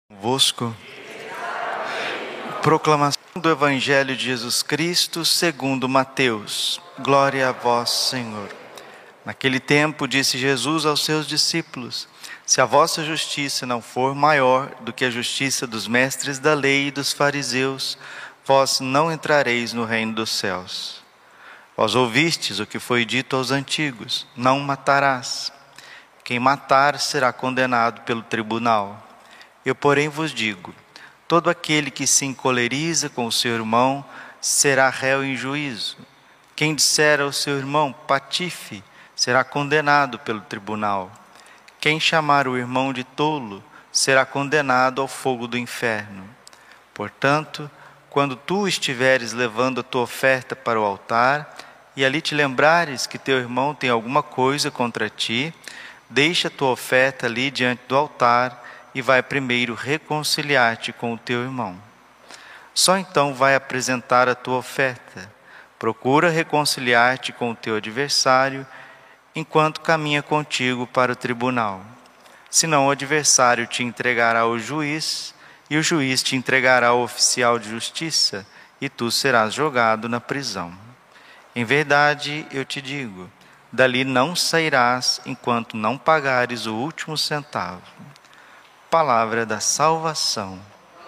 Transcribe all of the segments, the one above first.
Convosco. Proclamação do Evangelho de Jesus Cristo segundo Mateus. Glória a vós, Senhor. Naquele tempo disse Jesus aos seus discípulos: se a vossa justiça não for maior do que a justiça dos mestres da lei e dos fariseus, vós não entrareis no reino dos céus. Vós ouvistes o que foi dito aos antigos: não matarás. Quem matar será condenado pelo tribunal. Eu, porém, vos digo: todo aquele que se encoleriza com o seu irmão será réu em juízo. Quem disser ao seu irmão patife será condenado pelo tribunal. Quem chamar o irmão de tolo será condenado ao fogo do inferno. Portanto, quando tu estiveres levando a tua oferta para o altar e ali te lembrares que teu irmão tem alguma coisa contra ti, deixa a tua oferta ali diante do altar e vai primeiro reconciliar-te com o teu irmão. Só então vai apresentar a tua oferta. Procura reconciliar-te com o teu adversário enquanto caminha contigo para o tribunal. Senão o adversário te entregará ao juiz e o juiz te entregará ao oficial de justiça e tu serás jogado na prisão. Em verdade, eu te digo, dali não sairás enquanto não pagares o último centavo. Palavra da salvação.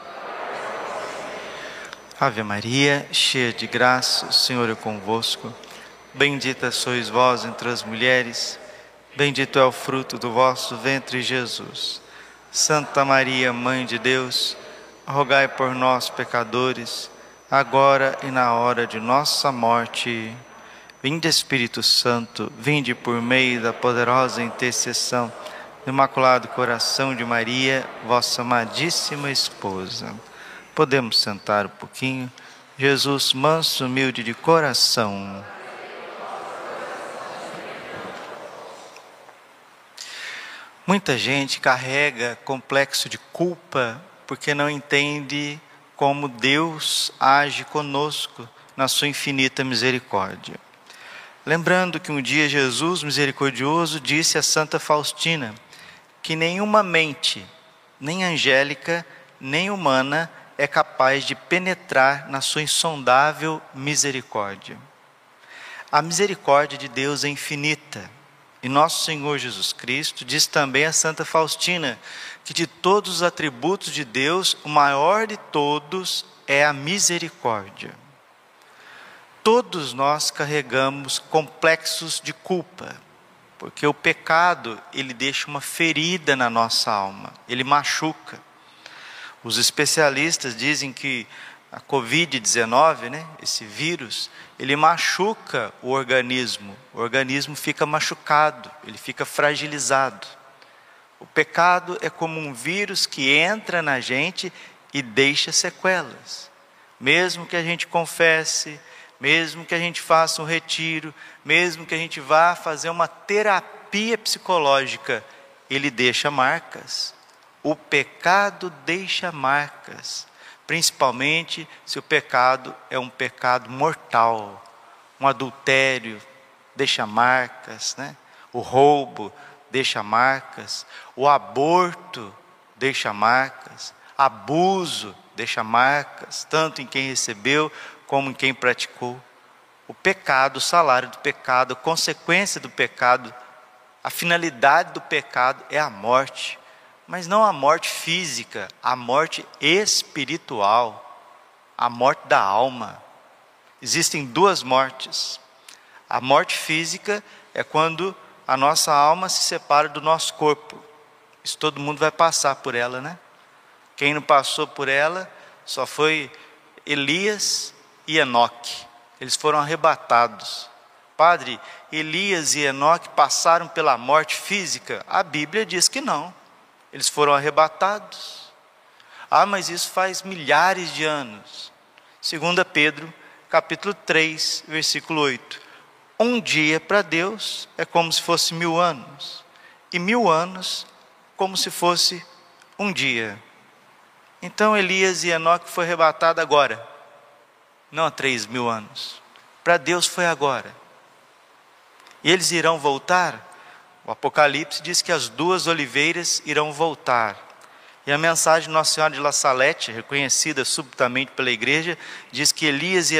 Ave Maria, cheia de graça, o Senhor é convosco. Bendita sois vós entre as mulheres, bendito é o fruto do vosso ventre, Jesus. Santa Maria, Mãe de Deus, rogai por nós, pecadores, agora e na hora de nossa morte. Vinde, Espírito Santo, vinde por meio da poderosa intercessão do Imaculado Coração de Maria, vossa amadíssima esposa. Podemos sentar um pouquinho. Jesus, manso, humilde de coração. Muita gente carrega complexo de culpa porque não entende como Deus age conosco na sua infinita misericórdia. Lembrando que um dia Jesus, misericordioso, disse a Santa Faustina que nenhuma mente, nem angélica, nem humana, é capaz de penetrar na sua insondável misericórdia. A misericórdia de Deus é infinita. E nosso Senhor Jesus Cristo diz também a Santa Faustina que de todos os atributos de Deus, o maior de todos é a misericórdia. Todos nós carregamos complexos de culpa, porque o pecado, ele deixa uma ferida na nossa alma, ele machuca. Os especialistas dizem que a Covid-19, esse vírus, ele machuca o organismo fica machucado, ele fica fragilizado. O pecado é como um vírus que entra na gente e deixa sequelas. Mesmo que a gente confesse, mesmo que a gente faça um retiro, mesmo que a gente vá fazer uma terapia psicológica, ele deixa marcas. O pecado deixa marcas, principalmente se o pecado é um pecado mortal. Um adultério deixa marcas, O roubo deixa marcas, o aborto deixa marcas, abuso deixa marcas, tanto em quem recebeu como em quem praticou. O pecado, o salário do pecado, a consequência do pecado, a finalidade do pecado é a morte. Mas não a morte física, a morte espiritual, a morte da alma. Existem duas mortes. A morte física é quando a nossa alma se separa do nosso corpo. Isso todo mundo vai passar por ela, Quem não passou por ela só foi Elias e Enoque. Eles foram arrebatados. Padre, Elias e Enoque passaram pela morte física? A Bíblia diz que não. Eles foram arrebatados. Mas isso faz milhares de anos. 2 Pedro, capítulo 3, versículo 8. Um dia para Deus é como se fosse 1000 anos. E 1000 anos como se fosse um dia. Então Elias e Enoque foi arrebatado agora. Não há 3000 anos. Para Deus foi agora. E eles irão voltar? O Apocalipse diz que as duas oliveiras irão voltar. E a mensagem de Nossa Senhora de La Salette, reconhecida subitamente pela igreja, diz que Elias e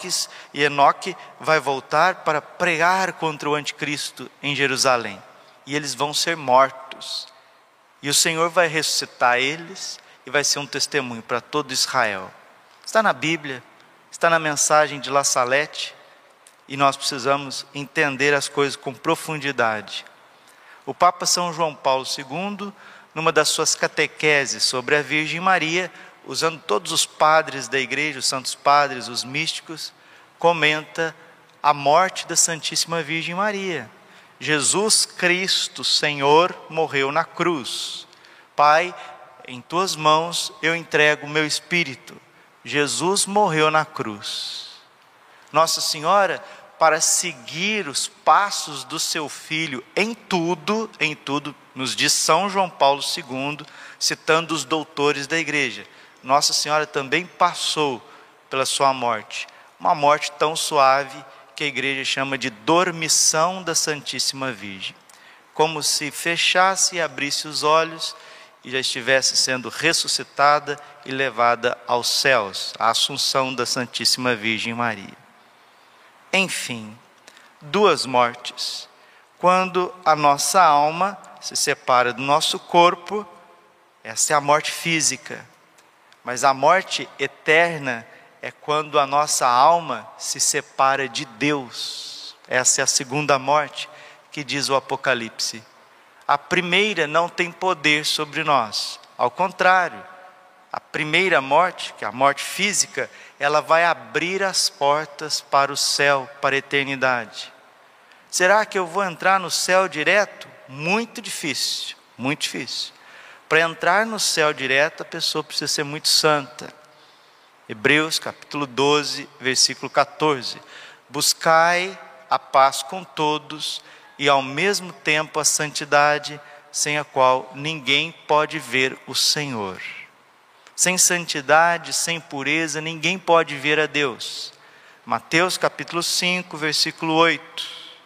Enoque vai voltar para pregar contra o anticristo em Jerusalém. E eles vão ser mortos. E o Senhor vai ressuscitar eles e vai ser um testemunho para todo Israel. Está na Bíblia, está na mensagem de La Salette, e nós precisamos entender as coisas com profundidade. O Papa São João Paulo II, numa das suas catequeses sobre a Virgem Maria, usando todos os padres da igreja, os santos padres, os místicos, comenta a morte da Santíssima Virgem Maria. Jesus Cristo, Senhor, morreu na cruz. Pai, em tuas mãos eu entrego o meu espírito. Jesus morreu na cruz. Nossa Senhora, para seguir os passos do seu Filho em tudo, nos diz São João Paulo II, citando os doutores da igreja, Nossa Senhora também passou pela sua morte, uma morte tão suave que a igreja chama de dormição da Santíssima Virgem, como se fechasse e abrisse os olhos e já estivesse sendo ressuscitada e levada aos céus, a Assunção da Santíssima Virgem Maria. Enfim, duas mortes. Quando a nossa alma se separa do nosso corpo, essa é a morte física. Mas a morte eterna é quando a nossa alma se separa de Deus. Essa é a segunda morte que diz o Apocalipse. A primeira não tem poder sobre nós. Ao contrário, a primeira morte, que é a morte física, ela vai abrir as portas para o céu, para a eternidade. Será que eu vou entrar no céu direto? Muito difícil, muito difícil. Para entrar no céu direto, a pessoa precisa ser muito santa. Hebreus capítulo 12, versículo 14. Buscai a paz com todos e ao mesmo tempo a santidade, sem a qual ninguém pode ver o Senhor. Sem santidade, sem pureza, ninguém pode ver a Deus. Mateus capítulo 5, versículo 8.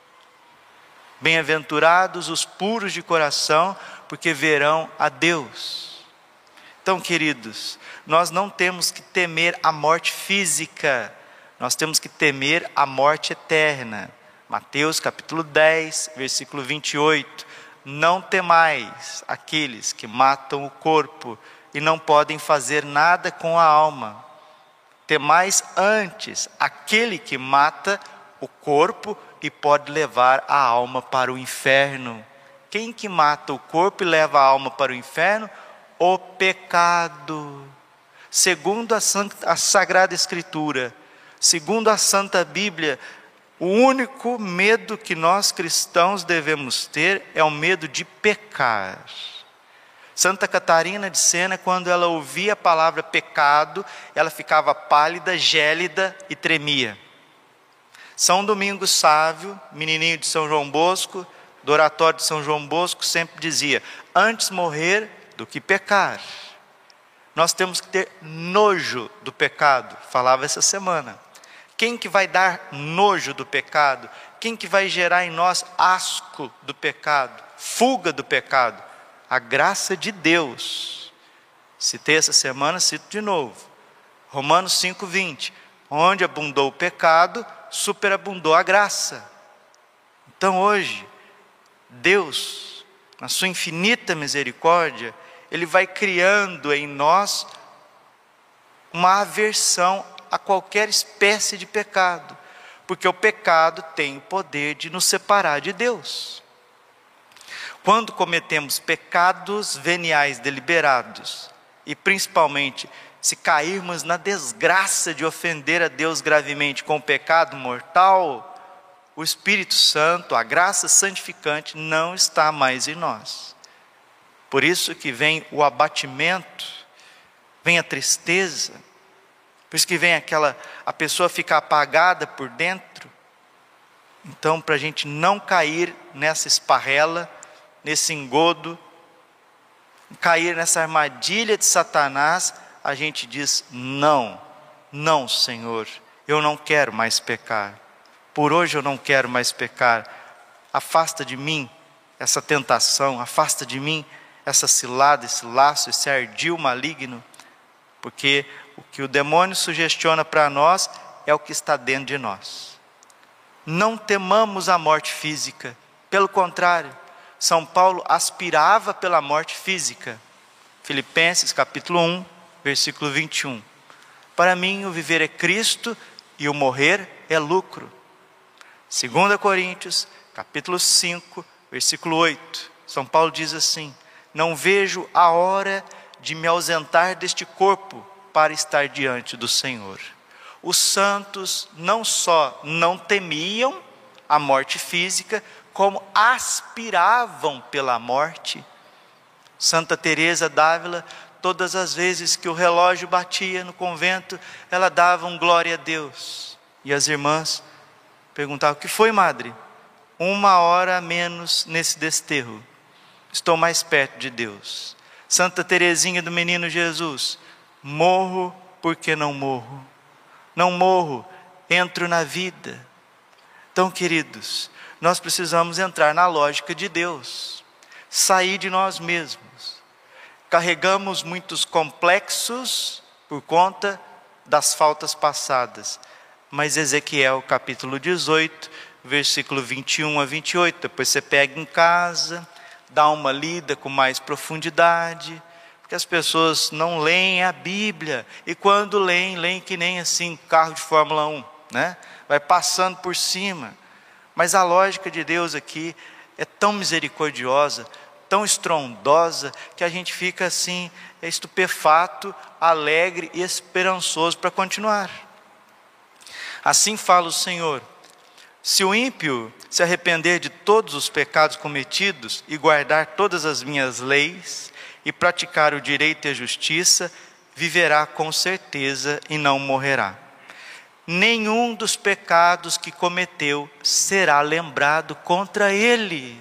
Bem-aventurados os puros de coração, porque verão a Deus. Então, queridos, nós não temos que temer a morte física, nós temos que temer a morte eterna. Mateus capítulo 10, versículo 28. Não temais aqueles que matam o corpo e não podem fazer nada com a alma. Temais antes aquele que mata o corpo e pode levar a alma para o inferno. Quem que mata o corpo e leva a alma para o inferno? O pecado. Segundo a Sagrada Escritura, segundo a Santa Bíblia, o único medo que nós cristãos devemos ter é o medo de pecar. Santa Catarina de Sena, quando ela ouvia a palavra pecado, ela ficava pálida, gélida e tremia. São Domingos Sávio, menininho de São João Bosco, do oratório de São João Bosco, sempre dizia: antes morrer do que pecar. Nós temos que ter nojo do pecado, falava essa semana. Quem que vai dar nojo do pecado? Quem que vai gerar em nós asco do pecado, fuga do pecado? A graça de Deus. Citei essa semana, cito de novo. Romanos 5:20. Onde abundou o pecado, superabundou a graça. Então hoje, Deus, na sua infinita misericórdia, Ele vai criando em nós uma aversão a qualquer espécie de pecado. Porque o pecado tem o poder de nos separar de Deus. Quando cometemos pecados veniais deliberados, e principalmente se cairmos na desgraça de ofender a Deus gravemente com o pecado mortal, o Espírito Santo, a graça santificante, não está mais em nós. Por isso que vem o abatimento, vem a tristeza, por isso que vem a pessoa ficar apagada por dentro. Então, para a gente não cair nessa esparrela, nesse engodo, cair nessa armadilha de Satanás, a gente diz: não, não, Senhor, eu não quero mais pecar. Por hoje eu não quero mais pecar. Afasta de mim essa tentação, afasta de mim essa cilada, esse laço, esse ardil maligno, porque o que o demônio sugestiona para nós é o que está dentro de nós. Não temamos a morte física, pelo contrário, São Paulo aspirava pela morte física. Filipenses capítulo 1, versículo 21. Para mim o viver é Cristo e o morrer é lucro. 2 Coríntios capítulo 5, versículo 8. São Paulo diz assim: não vejo a hora de me ausentar deste corpo para estar diante do Senhor. Os santos não só não temiam a morte física, como aspiravam pela morte. Santa Teresa d'Ávila, todas as vezes que o relógio batia no convento, ela dava um glória a Deus. E as irmãs perguntavam: o que foi, madre? 1 hora a menos nesse desterro, estou mais perto de Deus. Santa Teresinha do Menino Jesus: morro porque não morro. Não morro, entro na vida. Então, queridos, nós precisamos entrar na lógica de Deus, sair de nós mesmos. Carregamos muitos complexos por conta das faltas passadas, mas Ezequiel capítulo 18, versículo 21 a 28, depois você pega em casa, dá uma lida com mais profundidade, porque as pessoas não leem a Bíblia, e quando leem que nem assim carro de Fórmula 1, né? Vai passando por cima. Mas a lógica de Deus aqui é tão misericordiosa, tão estrondosa, que a gente fica assim, estupefato, alegre e esperançoso para continuar. Assim fala o Senhor: se o ímpio se arrepender de todos os pecados cometidos e guardar todas as minhas leis e praticar o direito e a justiça, viverá com certeza e não morrerá. Nenhum dos pecados que cometeu será lembrado contra ele.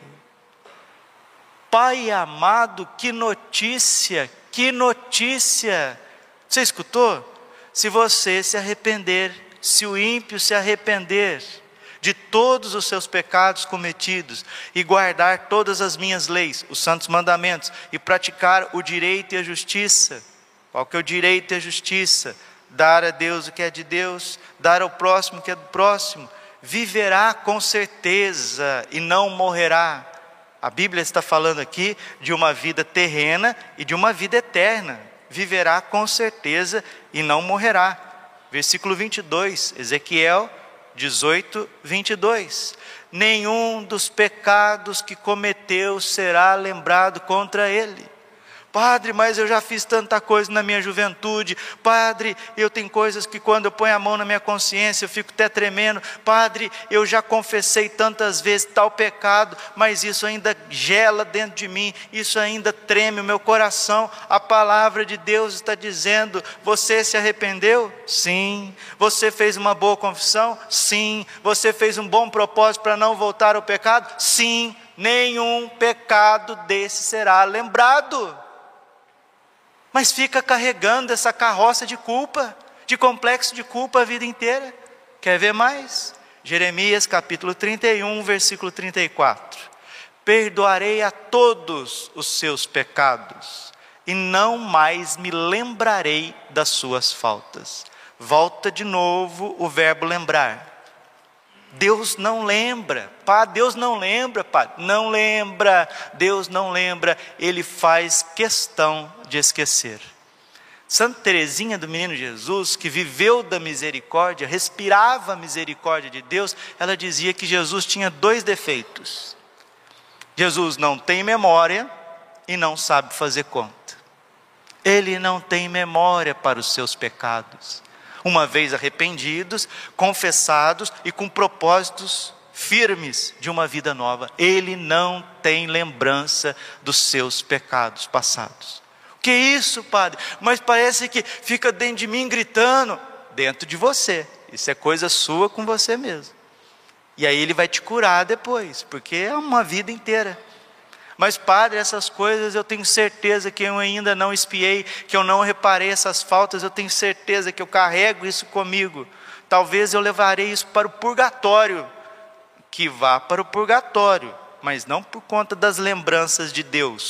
Pai amado, que notícia, que notícia! Você escutou? Se você se arrepender, se o ímpio se arrepender de todos os seus pecados cometidos e guardar todas as minhas leis, os santos mandamentos, e praticar o direito e a justiça. Qual que é o direito e a justiça? Dar a Deus o que é de Deus, dar ao próximo o que é do próximo. Viverá com certeza e não morrerá. A Bíblia está falando aqui de uma vida terrena e de uma vida eterna. Viverá com certeza e não morrerá. Versículo 22, Ezequiel 18, 22. Nenhum dos pecados que cometeu será lembrado contra ele. Padre, mas eu já fiz tanta coisa na minha juventude. Padre, eu tenho coisas que quando eu ponho a mão na minha consciência eu fico até tremendo. Padre, eu já confessei tantas vezes tal pecado, mas isso ainda gela dentro de mim, isso ainda treme o meu coração. A palavra de Deus está dizendo: você se arrependeu? Sim. Você fez uma boa confissão? Sim. Você fez um bom propósito para não voltar ao pecado? Sim. Nenhum pecado desse será lembrado. Mas fica carregando essa carroça de culpa, de complexo de culpa a vida inteira. Quer ver mais? Jeremias capítulo 31, versículo 34. Perdoarei a todos os seus pecados, e não mais me lembrarei das suas faltas. Volta de novo o verbo lembrar. Deus não lembra, Pai, Deus não lembra, Pai, não lembra, Deus não lembra, Ele faz questão de esquecer. Santa Teresinha do Menino Jesus, que viveu da misericórdia, respirava a misericórdia de Deus, ela dizia que Jesus tinha 2 defeitos. Jesus não tem memória e não sabe fazer conta. Ele não tem memória para os seus pecados. Uma vez arrependidos, confessados e com propósitos firmes de uma vida nova, ele não tem lembrança dos seus pecados passados. Que isso, Padre? Mas parece que fica dentro de mim gritando. Dentro de você, isso é coisa sua com você mesmo. E aí ele vai te curar depois, porque é uma vida inteira. Mas, Padre, essas coisas eu tenho certeza que eu ainda não espiei, que eu não reparei essas faltas, eu tenho certeza que eu carrego isso comigo. Talvez eu levarei isso para o purgatório, que vá para o purgatório, mas não por conta das lembranças de Deus,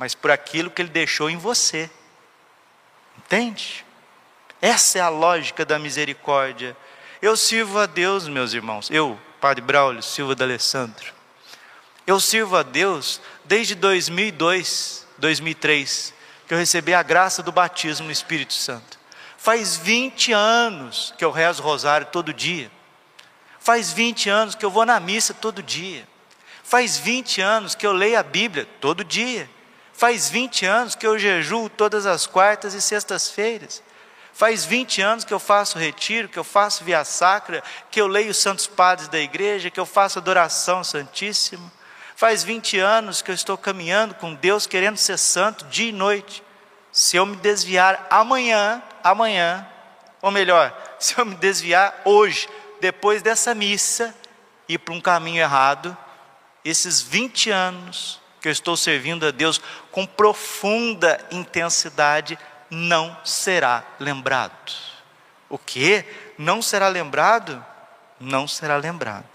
mas por aquilo que Ele deixou em você. Entende? Essa é a lógica da misericórdia. Eu sirvo a Deus, meus irmãos. Eu, Padre Braulio Silva D'Alessandro. Eu sirvo a Deus desde 2002, 2003, que eu recebi a graça do batismo no Espírito Santo. Faz 20 anos que eu rezo o rosário todo dia. Faz 20 anos que eu vou na missa todo dia. Faz 20 anos que eu leio a Bíblia todo dia. Faz 20 anos que eu jejuo todas as quartas e sextas-feiras. Faz 20 anos que eu faço retiro, que eu faço via sacra, que eu leio os santos padres da igreja, que eu faço adoração ao Santíssimo. Faz 20 anos que eu estou caminhando com Deus, querendo ser santo dia e noite. Se eu me desviar amanhã, ou melhor, se eu me desviar hoje, depois dessa missa, ir para um caminho errado, esses 20 anos que eu estou servindo a Deus com profunda intensidade, não será lembrado. O quê? Não será lembrado? Não será lembrado.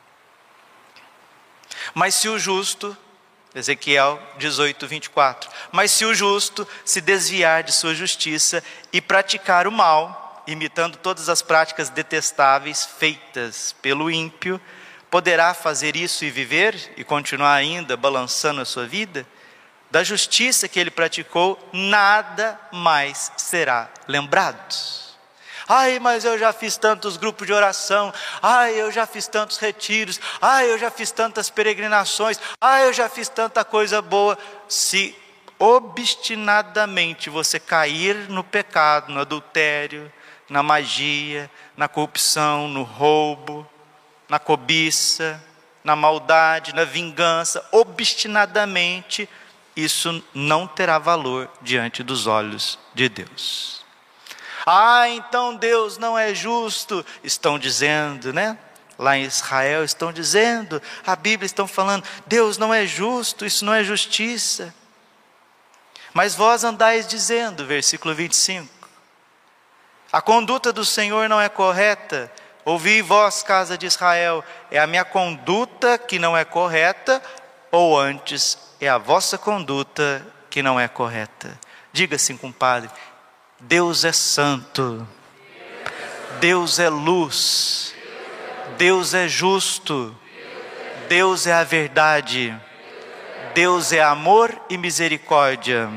Mas se o justo, Ezequiel 18, 24, mas se o justo se desviar de sua justiça e praticar o mal, imitando todas as práticas detestáveis feitas pelo ímpio, poderá fazer isso e viver e continuar ainda balançando a sua vida? Da justiça que ele praticou, nada mais será lembrado. Ai, mas eu já fiz tantos grupos de oração. Ai, eu já fiz tantos retiros. Ai, eu já fiz tantas peregrinações. Ai, eu já fiz tanta coisa boa. Se obstinadamente você cair no pecado, no adultério, na magia, na corrupção, no roubo, na cobiça, na maldade, na vingança, obstinadamente, isso não terá valor diante dos olhos de Deus. Ah, então Deus não é justo, estão dizendo, né? Lá em Israel estão dizendo, a Bíblia estão falando, Deus não é justo, isso não é justiça. Mas vós andais dizendo, versículo 25, a conduta do Senhor não é correta. Ouvi vós, casa de Israel, é a minha conduta que não é correta, ou antes, é a vossa conduta que não é correta. Diga assim, compadre, Deus é santo, Deus é luz, Deus é justo, Deus é a verdade, Deus é amor e misericórdia.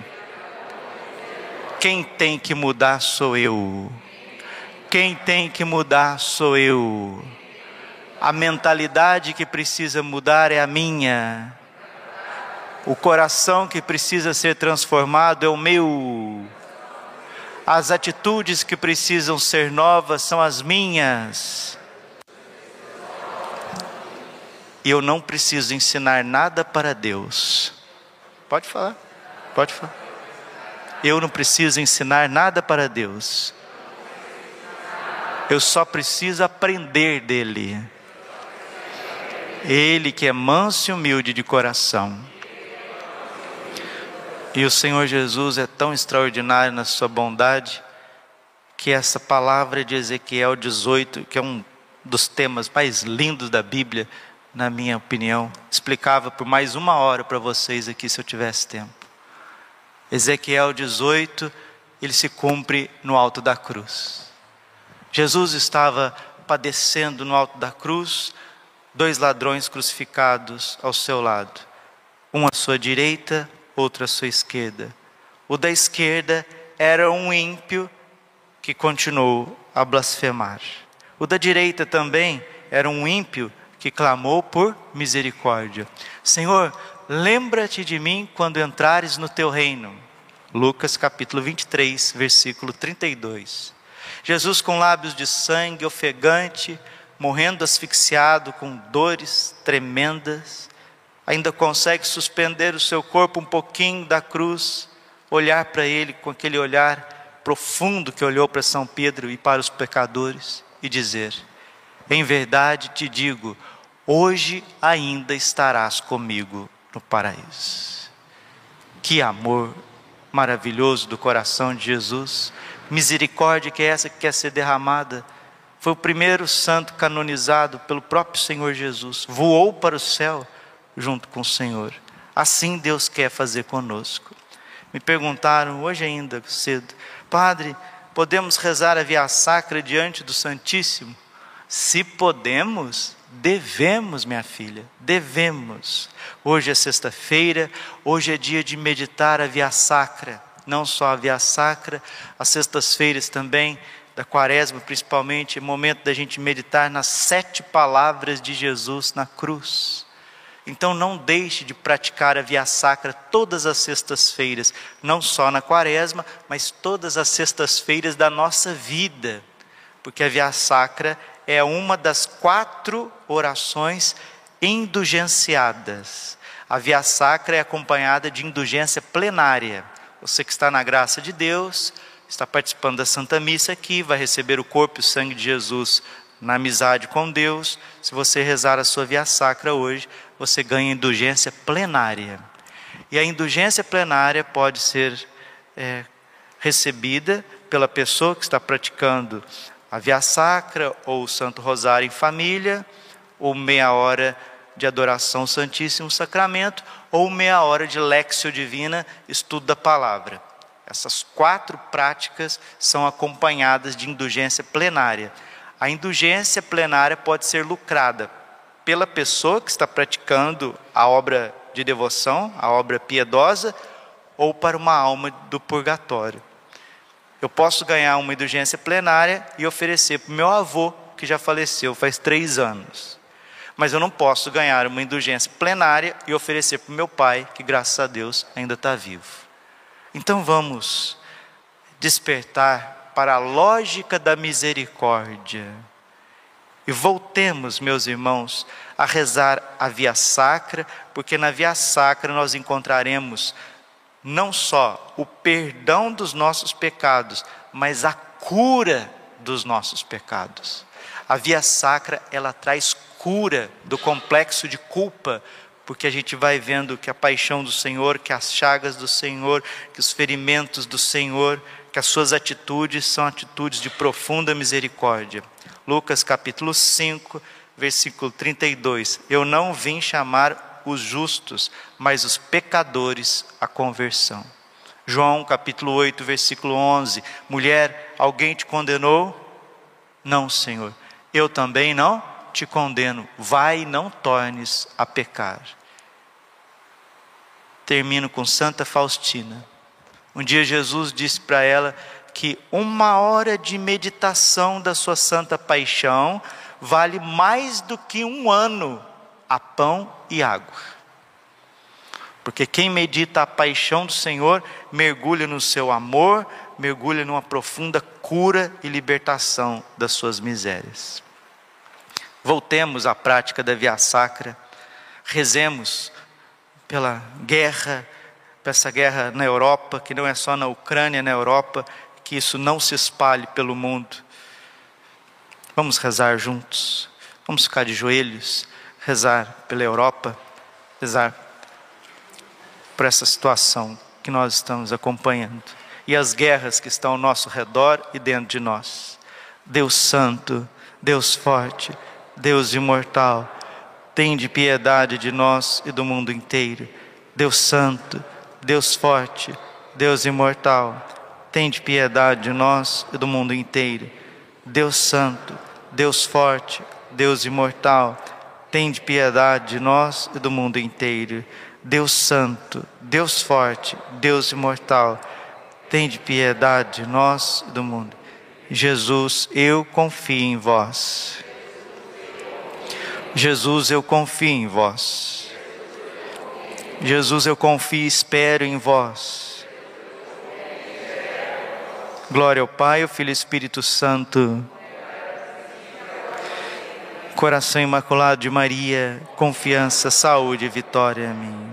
Quem tem que mudar sou eu. Quem tem que mudar sou eu. A mentalidade que precisa mudar é a minha. O coração que precisa ser transformado é o meu. As atitudes que precisam ser novas são as minhas. E eu não preciso ensinar nada para Deus. Pode falar, pode falar. Eu não preciso ensinar nada para Deus. Eu só preciso aprender dele. Ele que é manso e humilde de coração. E o Senhor Jesus é tão extraordinário na sua bondade, que essa palavra de Ezequiel 18, que é um dos temas mais lindos da Bíblia, na minha opinião, explicava por mais 1 hora para vocês aqui, se eu tivesse tempo. Ezequiel 18, ele se cumpre no alto da cruz. Jesus estava padecendo no alto da cruz, 2 ladrões crucificados ao seu lado. Um à sua direita, outro à sua esquerda. O da esquerda era um ímpio que continuou a blasfemar. O da direita também era um ímpio que clamou por misericórdia. Senhor, lembra-te de mim quando entrares no teu reino. Lucas capítulo 23, versículo 32. Jesus com lábios de sangue, ofegante, morrendo asfixiado, com dores tremendas, ainda consegue suspender o seu corpo um pouquinho da cruz, olhar para ele com aquele olhar profundo que olhou para São Pedro e para os pecadores e dizer: em verdade te digo, hoje ainda estarás comigo no paraíso. Que amor maravilhoso do coração de Jesus, misericórdia que é essa que quer ser derramada. Foi o primeiro santo canonizado pelo próprio Senhor Jesus, voou para o céu junto com o Senhor. Assim Deus quer fazer conosco. Me perguntaram hoje ainda cedo: Padre, podemos rezar a Via Sacra diante do Santíssimo? Se podemos, devemos, minha filha, devemos. Hoje é sexta-feira, hoje é dia de meditar a Via Sacra. Não só a Via Sacra, as sextas-feiras também, da Quaresma principalmente, é momento da gente meditar nas 7 palavras de Jesus na cruz. Então não deixe de praticar a Via Sacra todas as sextas-feiras, não só na Quaresma, mas todas as sextas-feiras da nossa vida, porque a Via Sacra é uma das 4 orações indulgenciadas. A Via Sacra é acompanhada de indulgência plenária. Você que está na graça de Deus, está participando da Santa Missa aqui, vai receber o corpo e o sangue de Jesus na amizade com Deus. Se você rezar a sua Via Sacra hoje, você ganha indulgência plenária. E a indulgência plenária pode ser recebida pela pessoa que está praticando a Via Sacra ou o Santo Rosário em família, ou meia hora de adoração ao Santíssimo Sacramento, ou meia hora de Léxio Divina, estudo da palavra. Essas 4 práticas são acompanhadas de indulgência plenária. A indulgência plenária pode ser lucrada pela pessoa que está praticando a obra de devoção, a obra piedosa, ou para uma alma do purgatório. Eu posso ganhar uma indulgência plenária e oferecer para o meu avô, que já faleceu faz 3 anos. Mas eu não posso ganhar uma indulgência plenária e oferecer para o meu pai, que graças a Deus ainda está vivo. Então vamos despertar para a lógica da misericórdia. E voltemos, meus irmãos, a rezar a Via Sacra, porque na Via Sacra nós encontraremos não só o perdão dos nossos pecados, mas a cura dos nossos pecados. A Via Sacra, ela traz cura do complexo de culpa, porque a gente vai vendo que a paixão do Senhor, que as chagas do Senhor, que os ferimentos do Senhor, que as suas atitudes são atitudes de profunda misericórdia. Lucas capítulo 5, versículo 32. Eu não vim chamar os justos, mas os pecadores à conversão. João capítulo 8, versículo 11. Mulher, alguém te condenou? Não, Senhor. Eu também não te condeno. Vai e não tornes a pecar. Termino com Santa Faustina. Um dia Jesus disse para ela que 1 hora de meditação da sua santa paixão vale mais do que 1 ano a pão e água. Porque quem medita a paixão do Senhor mergulha no seu amor, mergulha numa profunda cura e libertação das suas misérias. Voltemos à prática da Via Sacra, rezemos pela guerra, por essa guerra na Europa, que não é só na Ucrânia, na Europa, que isso não se espalhe pelo mundo. Vamos rezar juntos, vamos ficar de joelhos, rezar pela Europa, rezar por essa situação que nós estamos acompanhando, e as guerras que estão ao nosso redor e dentro de nós. Deus Santo, Deus Forte, Deus Imortal, tende piedade de nós e do mundo inteiro. Deus Santo, Deus Forte, Deus Imortal, tende piedade de nós e do mundo inteiro. Deus Santo, Deus Forte, Deus Imortal, tende piedade de nós e do mundo inteiro. Deus Santo, Deus Forte, Deus Imortal, tende piedade de nós e do mundo. Jesus, eu confio em vós. Jesus, eu confio em vós. Jesus, eu confio e espero em vós. Glória ao Pai, ao Filho e ao Espírito Santo. Coração Imaculado de Maria, confiança, saúde e vitória. Amém.